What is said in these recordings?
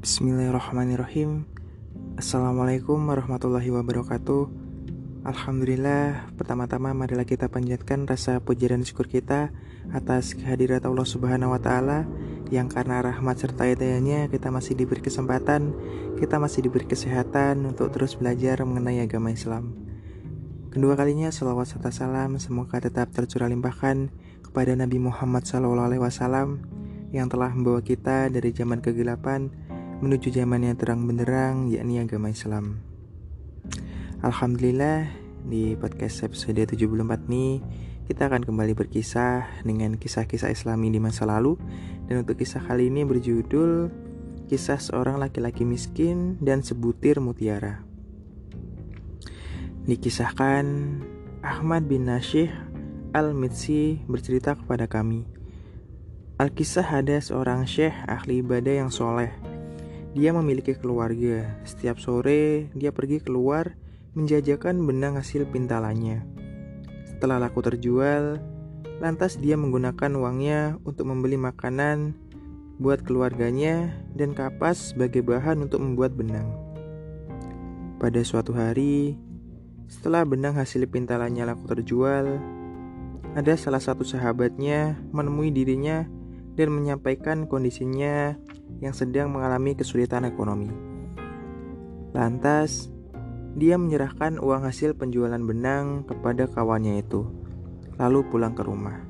Bismillahirrahmanirrahim. Assalamualaikum warahmatullahi wabarakatuh. Alhamdulillah, pertama-tama marilah kita panjatkan rasa puji dan syukur kita atas kehadirat Allah Subhanahu wa taala yang karena rahmat serta hidayahnya kita masih diberi kesempatan, kita masih diberi kesehatan untuk terus belajar mengenai agama Islam. Kedua kalinya salawat serta salam semoga tetap tercurah limpahkan kepada Nabi Muhammad SAW yang telah membawa kita dari zaman kegelapan menuju zaman yang terang benderang, yakni agama Islam. Alhamdulillah, di podcast episode 74 ini kita akan kembali berkisah dengan kisah-kisah Islami di masa lalu. Dan untuk kisah kali ini berjudul Kisah Seorang Laki-laki Miskin dan Sebutir Mutiara. Dikisahkan Ahmad bin Nasyih Al-Midsi bercerita kepada kami. Al-kisah ada seorang syekh ahli ibadah yang soleh. Dia memiliki keluarga. Setiap sore dia pergi keluar menjajakan benang hasil pintalannya. Setelah laku terjual, lantas dia menggunakan uangnya untuk membeli makanan buat keluarganya dan kapas sebagai bahan untuk membuat benang. Pada suatu hari, setelah benang hasil pintalannya laku terjual, ada salah satu sahabatnya menemui dirinya dan menyampaikan kondisinya yang sedang mengalami kesulitan ekonomi. Lantas, dia menyerahkan uang hasil penjualan benang kepada kawannya itu, lalu pulang ke rumah.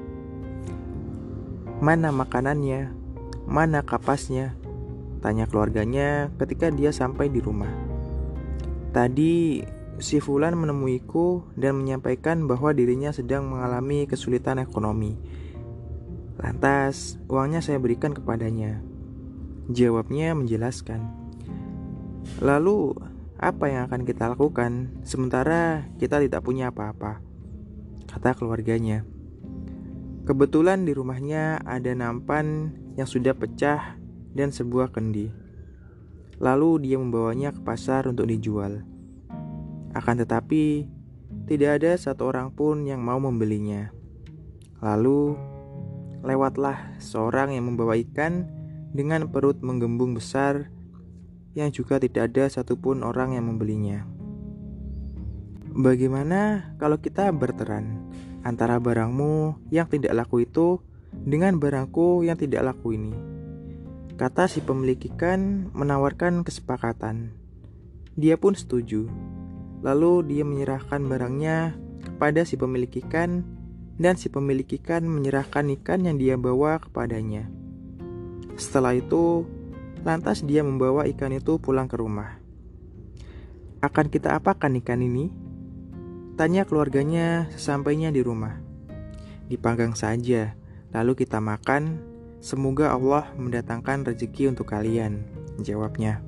"Mana makanannya? Mana kapasnya?" tanya keluarganya ketika dia sampai di rumah. "Tadi si Fulan menemuiku dan menyampaikan bahwa dirinya sedang mengalami kesulitan ekonomi. Lantas, uangnya saya berikan kepadanya," jawabnya menjelaskan. "Lalu, apa yang akan kita lakukan sementara kita tidak punya apa-apa?" kata keluarganya. Kebetulan di rumahnya ada nampan yang sudah pecah dan sebuah kendi. Lalu dia membawanya ke pasar untuk dijual. Akan tetapi, tidak ada satu orang pun yang mau membelinya. Lalu, lewatlah seorang yang membawa ikan dengan perut menggembung besar yang juga tidak ada satupun orang yang membelinya. "Bagaimana kalau kita berteran antara barangmu yang tidak laku itu dengan barangku yang tidak laku ini?" kata si pemilik ikan menawarkan kesepakatan. Dia pun setuju. Lalu dia menyerahkan barangnya kepada si pemilik ikan dan si pemilik ikan menyerahkan ikan yang dia bawa kepadanya. Setelah itu, lantas dia membawa ikan itu pulang ke rumah. "Akan kita apakan ikan ini?" tanya keluarganya sesampainya di rumah. "Dipanggang saja, lalu kita makan. Semoga Allah mendatangkan rezeki untuk kalian," jawabnya.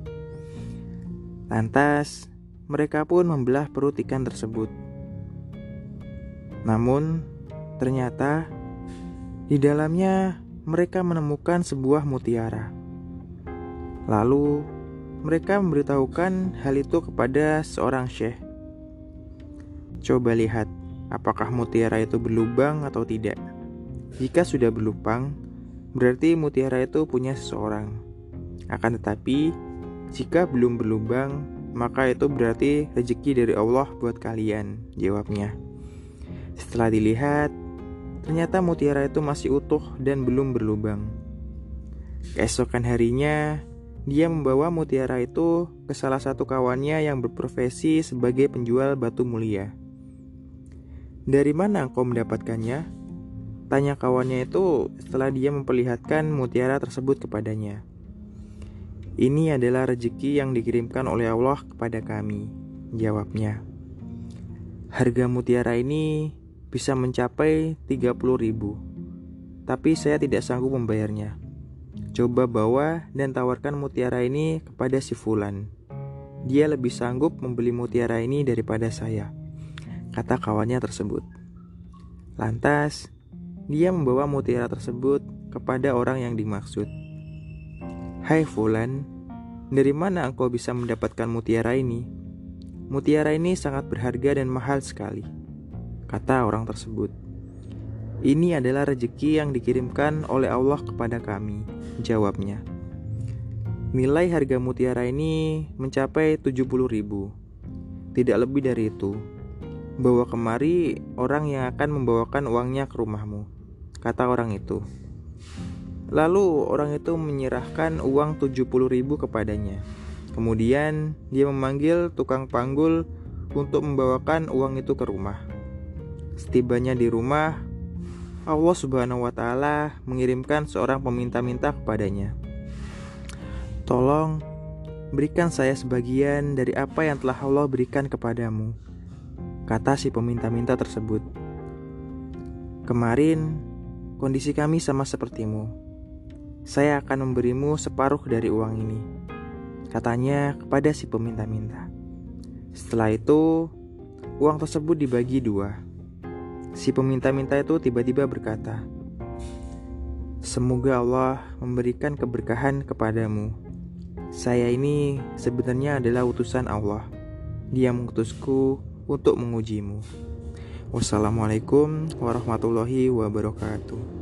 Lantas, mereka pun membelah perut ikan tersebut. Namun, ternyata di dalamnya mereka menemukan sebuah mutiara. Lalu, mereka memberitahukan hal itu kepada seorang syekh. "Coba lihat, apakah mutiara itu berlubang atau tidak. Jika sudah berlubang, berarti mutiara itu punya seseorang. Akan tetapi, jika belum berlubang, maka itu berarti rezeki dari Allah buat kalian," jawabnya. Setelah dilihat, ternyata mutiara itu masih utuh dan belum berlubang. Keesokan harinya, dia membawa mutiara itu ke salah satu kawannya yang berprofesi sebagai penjual batu mulia. "Dari mana engkau mendapatkannya?" tanya kawannya itu setelah dia memperlihatkan mutiara tersebut kepadanya. "Ini adalah rezeki yang dikirimkan oleh Allah kepada kami," jawabnya. "Harga mutiara ini bisa mencapai 30.000, tapi saya tidak sanggup membayarnya. Coba bawa dan tawarkan mutiara ini kepada si Fulan. Dia lebih sanggup membeli mutiara ini daripada saya," kata kawannya tersebut. Lantas, dia membawa mutiara tersebut kepada orang yang dimaksud. "Hai Fulan, dari mana engkau bisa mendapatkan mutiara ini? Mutiara ini sangat berharga dan mahal sekali," kata orang tersebut. "Ini adalah rezeki yang dikirimkan oleh Allah kepada kami," jawabnya. Nilai harga mutiara ini mencapai 70.000. Tidak lebih dari itu. Bawa kemari orang yang akan membawakan uangnya ke rumahmu, kata orang itu. Lalu orang itu menyerahkan uang 70.000 kepadanya. Kemudian dia memanggil tukang panggul untuk membawakan uang itu ke rumah. Setibanya di rumah, Allah Subhanahu wa Ta'ala mengirimkan seorang peminta-minta kepadanya. Tolong berikan saya sebagian dari apa yang telah Allah berikan kepadamu, kata si peminta-minta tersebut. Kemarin kondisi kami sama sepertimu. Saya akan memberimu separuh dari uang ini, katanya kepada si peminta-minta. Setelah itu, uang tersebut dibagi dua. Si peminta-minta itu tiba-tiba berkata, "Semoga Allah memberikan keberkahan kepadamu. Saya ini sebenarnya adalah utusan Allah. Dia mengutusku untuk mengujimu." Wassalamualaikum warahmatullahi wabarakatuh.